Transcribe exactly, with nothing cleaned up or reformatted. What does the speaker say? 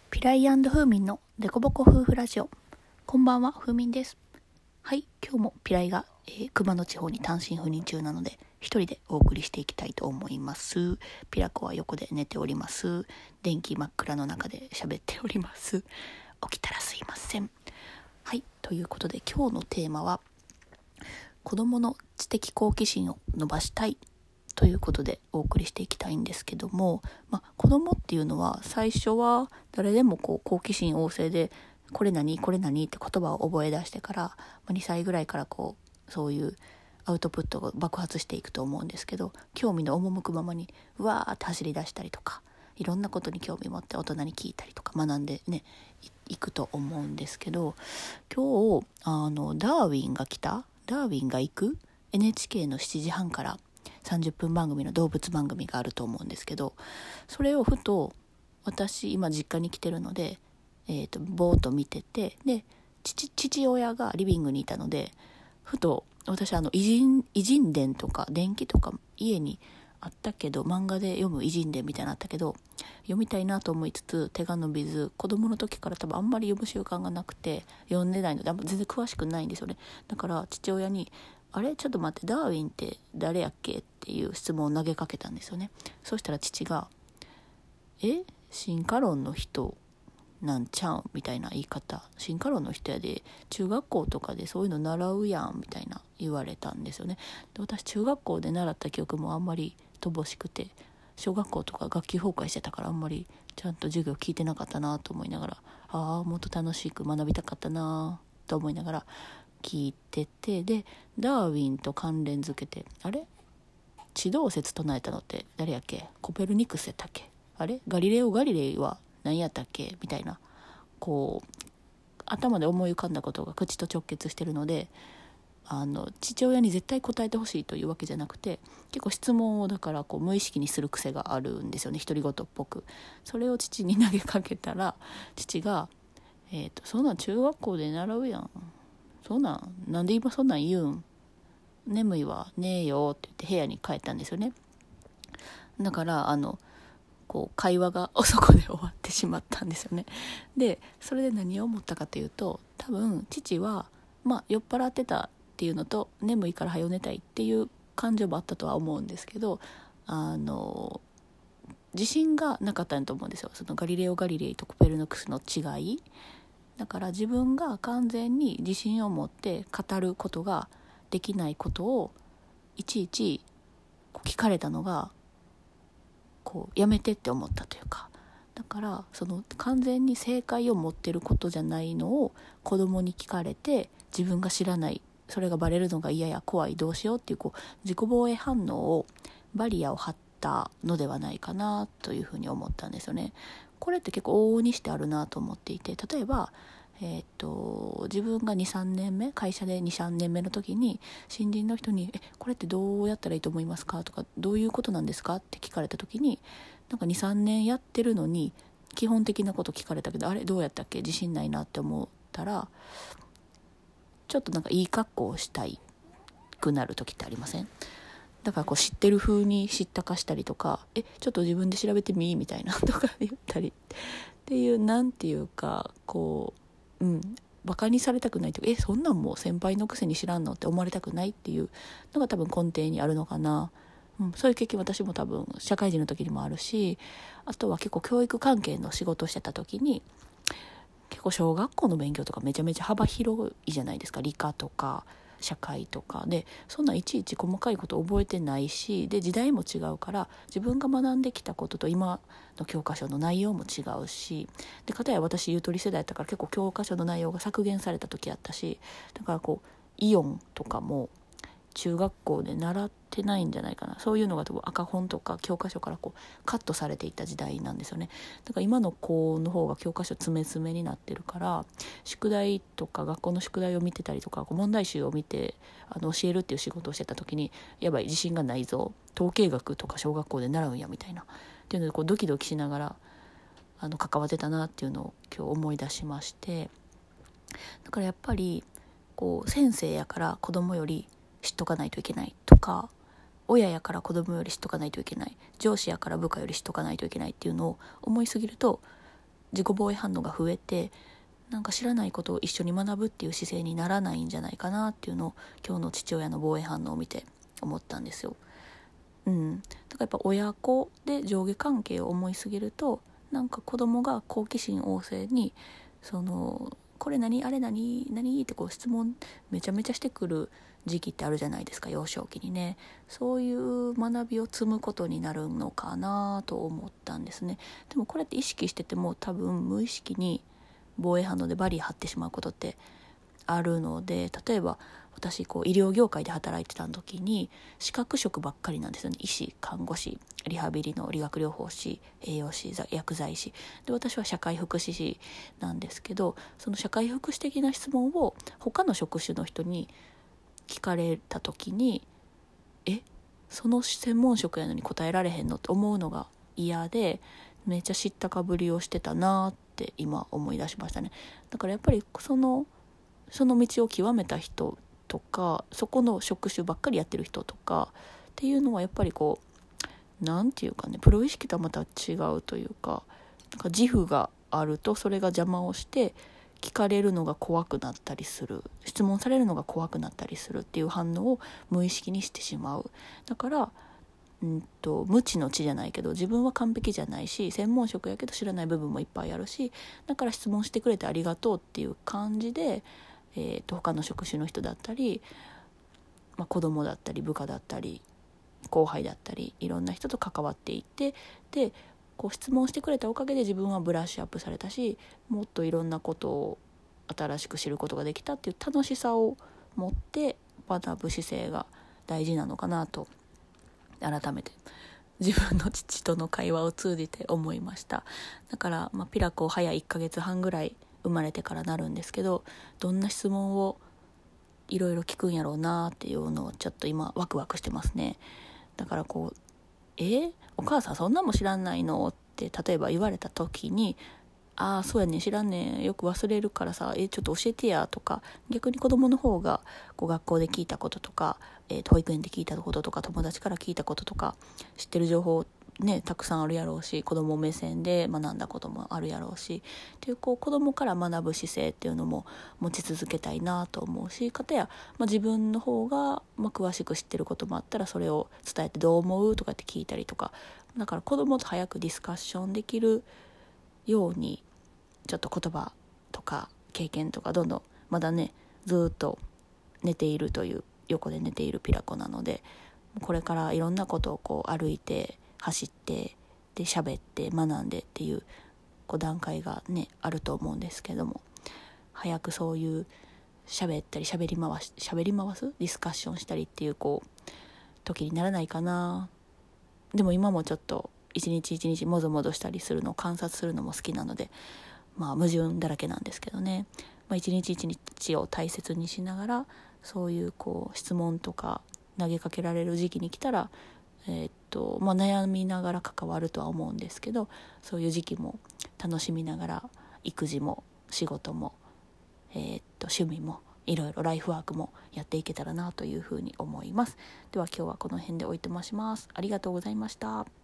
ピライ&フーミンのデコボコ夫婦ラジオ。こんばんは、フーミンです。はい、今日もピライが、えー、熊野地方に単身赴任中なので一人でお送りしていきたいと思います。ピラコは横で寝ております。電気真っ暗の中で喋っております。起きたらすいません。はい、ということで今日のテーマは子供の知的好奇心を伸ばしたいということでお送りしていきたいんですけども、まあ、子供っていうのは最初は誰でもこう好奇心旺盛でこれ何これ何って言葉を覚え出してから、まあ、にさいぐらいからこうそういうアウトプットが爆発していくと思うんですけど、興味の赴くままにうわーって走り出したりとか、いろんなことに興味持って大人に聞いたりとか学んでねいくと思うんですけど、今日あのダーウィンが来たダーウィンが行く エヌエイチケー のしちじはんからさんじゅっぷん番組の動物番組があると思うんですけど、それをふと私今実家に来てるので、えー、とぼーっと見てて、で 父, 父親がリビングにいたので、ふと私あの偉人偉人伝とか伝記とか家にあったけど、漫画で読む偉人伝みたいなのあったけど読みたいなと思いつつ手が伸びず、子供の時から多分あんまり読む習慣がなくて読んでないのであんま全然詳しくないんですよね。だから父親にあれちょっと待って、ダーウィンって誰やっけっていう質問を投げかけたんですよね。そしたら父がえ進化論の人なんちゃうんみたいな言い方、進化論の人やで中学校とかでそういうの習うやんみたいな言われたんですよね。で私中学校で習った記憶もあんまり乏しくて、小学校とか学級崩壊してたからあんまりちゃんと授業聞いてなかったなと思いながら、ああもっと楽しく学びたかったなと思いながら聞いてて、でダーウィンと関連づけて、あれ地動説唱えたのって誰やっけ、コペルニクスやったっけ、あれガリレオ・ガリレイは何やったっけみたいな、こう頭で思い浮かんだことが口と直結してるので、あの父親に絶対答えてほしいというわけじゃなくて、結構質問をだからこう無意識にする癖があるんですよね、独り言っぽく。それを父に投げかけたら父が「えーと、そんなん中学校で習うやん、そんなんなんで今そんなん言うん、眠いわねえよ」って言って部屋に帰ったんですよね。だからあのこう会話がそこで終わってしまったんですよね。でそれで何を思ったかというと、多分父はまあ酔っ払ってたっていうのと眠いから早寝たいっていう感情もあったとは思うんですけど、あの自信がなかったんだと思うんですよ、そのガリレオ・ガリレイとコペルニクスの違いだから。自分が完全に自信を持って語ることができないことをいちいち聞かれたのがこうやめてって思ったというか、だからその完全に正解を持ってることじゃないのを子供に聞かれて、自分が知らない、それがバレるのが嫌や怖いどうしようっていう、こう自己防衛反応をバリアを張ったのではないかなというふうに思ったんですよね。これって結構往々にしてあるなと思っていて、例えばえー、と自分が にさんねんめ会社で にさんねんめの時に新人の人にえこれってどうやったらいいと思いますかとか、どういうことなんですかって聞かれた時に、なんか にさんねんやってるのに基本的なこと聞かれたけど、あれどうやったっけ自信ないなって思ったら、ちょっとなんかいい格好をしたいくなる時ってありません？だからこう知ってる風に知ったかしたりとか、えちょっと自分で調べてみみたいなとか言ったりっていう、なんていうかこううん、バカにされたくないというか、えそんなんもう先輩のくせに知らんのって思われたくないっていうのが多分根底にあるのかな、うん、そういう経験私も多分社会人の時にもあるし、あとは結構教育関係の仕事をしてた時に結構小学校の勉強とかめちゃめちゃ幅広いじゃないですか、理科とか社会とかで、そんないちいち細かいこと覚えてないし、で時代も違うから自分が学んできたことと今の教科書の内容も違うし、で片や私ゆとり世代だったから結構教科書の内容が削減された時あったし、だからこうイオンとかも中学校で習ってないんじゃないかな、そういうのが多分赤本とか教科書からこうカットされていった時代なんですよね。だから今の子の方が教科書詰め詰めになってるから、宿題とか学校の宿題を見てたりとか問題集を見てあの教えるっていう仕事をしてた時に、やばい自信がないぞ、統計学とか小学校で習うんやみたいなっていうのでこうドキドキしながらあの関わってたなっていうのを今日思い出しまして、だからやっぱりこう先生やから子供より知っとかないといけないとか、親やから子供より知っとかないといけない、上司やから部下より知っとかないといけないっていうのを思いすぎると自己防衛反応が増えて、なんか知らないことを一緒に学ぶっていう姿勢にならないんじゃないかなっていうのを今日の父親の防衛反応を見て思ったんですよ。うん、だからやっぱ親子で上下関係を思いすぎると、なんか子供が好奇心旺盛にそのこれ何あれ何何ってこう質問めちゃめちゃしてくる時期ってあるじゃないですか、幼少期にね。そういう学びを積むことになるのかなと思ったんですね。でもこれって意識してても多分無意識に防衛反応でバリア張ってしまうことってあるので、例えば私こう医療業界で働いてた時に資格職ばっかりなんですよね。医師、看護師、リハビリの理学療法士、栄養士、薬剤師で、私は社会福祉士なんですけど、その社会福祉的な質問を他の職種の人に聞かれた時に、えその専門職やのに答えられへんのって思うのが嫌で、めっちゃ知ったかぶりをしてたなって今思い出しましたね。だからやっぱりそのその道を極めた人とか、そこの職種ばっかりやってる人とかっていうのはやっぱりこうなんていうかね、プロ意識とはまた違うというか、なんか自負があるとそれが邪魔をして聞かれるのが怖くなったりする、質問されるのが怖くなったりするっていう反応を無意識にしてしまう。だからうんと無知の知じゃないけど、自分は完璧じゃないし専門職やけど知らない部分もいっぱいあるし、だから質問してくれてありがとうっていう感じで、えー、と他の職種の人だったり、まあ、子供だったり部下だったり後輩だったりいろんな人と関わっていって、でこう質問してくれたおかげで自分はブラッシュアップされたし、もっといろんなことを新しく知ることができたっていう楽しさを持って学ぶ姿勢が大事なのかなと改めて自分の父との会話を通じて思いました。だから、まあ、ピラコ早いいっかげつはんぐらい生まれてからなるんですけど、どんな質問をいろいろ聞くんやろうなっていうのをちょっと今ワクワクしてますね。だからこうえお母さんそんなも知らないのって例えば言われた時に、ああそうやね知らんねんよく忘れるからさえちょっと教えてやとか、逆に子供の方がこう学校で聞いたこととか、えー、保育園で聞いたこととか友達から聞いたこととか知ってる情報ねたくさんあるやろうし、子供目線で学んだこともあるやろうしっていう、こう子供から学ぶ姿勢っていうのも持ち続けたいなと思うし、かたや、まあ、自分の方が、まあ、詳しく知ってることもあったらそれを伝えてどう思うとかって聞いたりとか、だから子供と早くディスカッションできるようにちょっと言葉とか経験とかどんどんまだねずっと寝ているという横で寝ているピラコなので、これからいろんなことをこう歩いて走ってで喋って学んでっていう、こう段階がねあると思うんですけども、早くそういう喋ったり喋り回し喋り回すディスカッションしたりっていうこう時にならないかな。でも今もちょっと一日一日もぞもぞしたりするのを観察するのも好きなので、まあ矛盾だらけなんですけどね、まあ、一日一日を大切にしながらそういうこう質問とか投げかけられる時期に来たら、えーっとまあ、悩みながら関わるとは思うんですけど、そういう時期も楽しみながら育児も仕事も、えーっと趣味もいろいろライフワークもやっていけたらなというふうに思います。では今日はこの辺でおいとまします。ありがとうございました。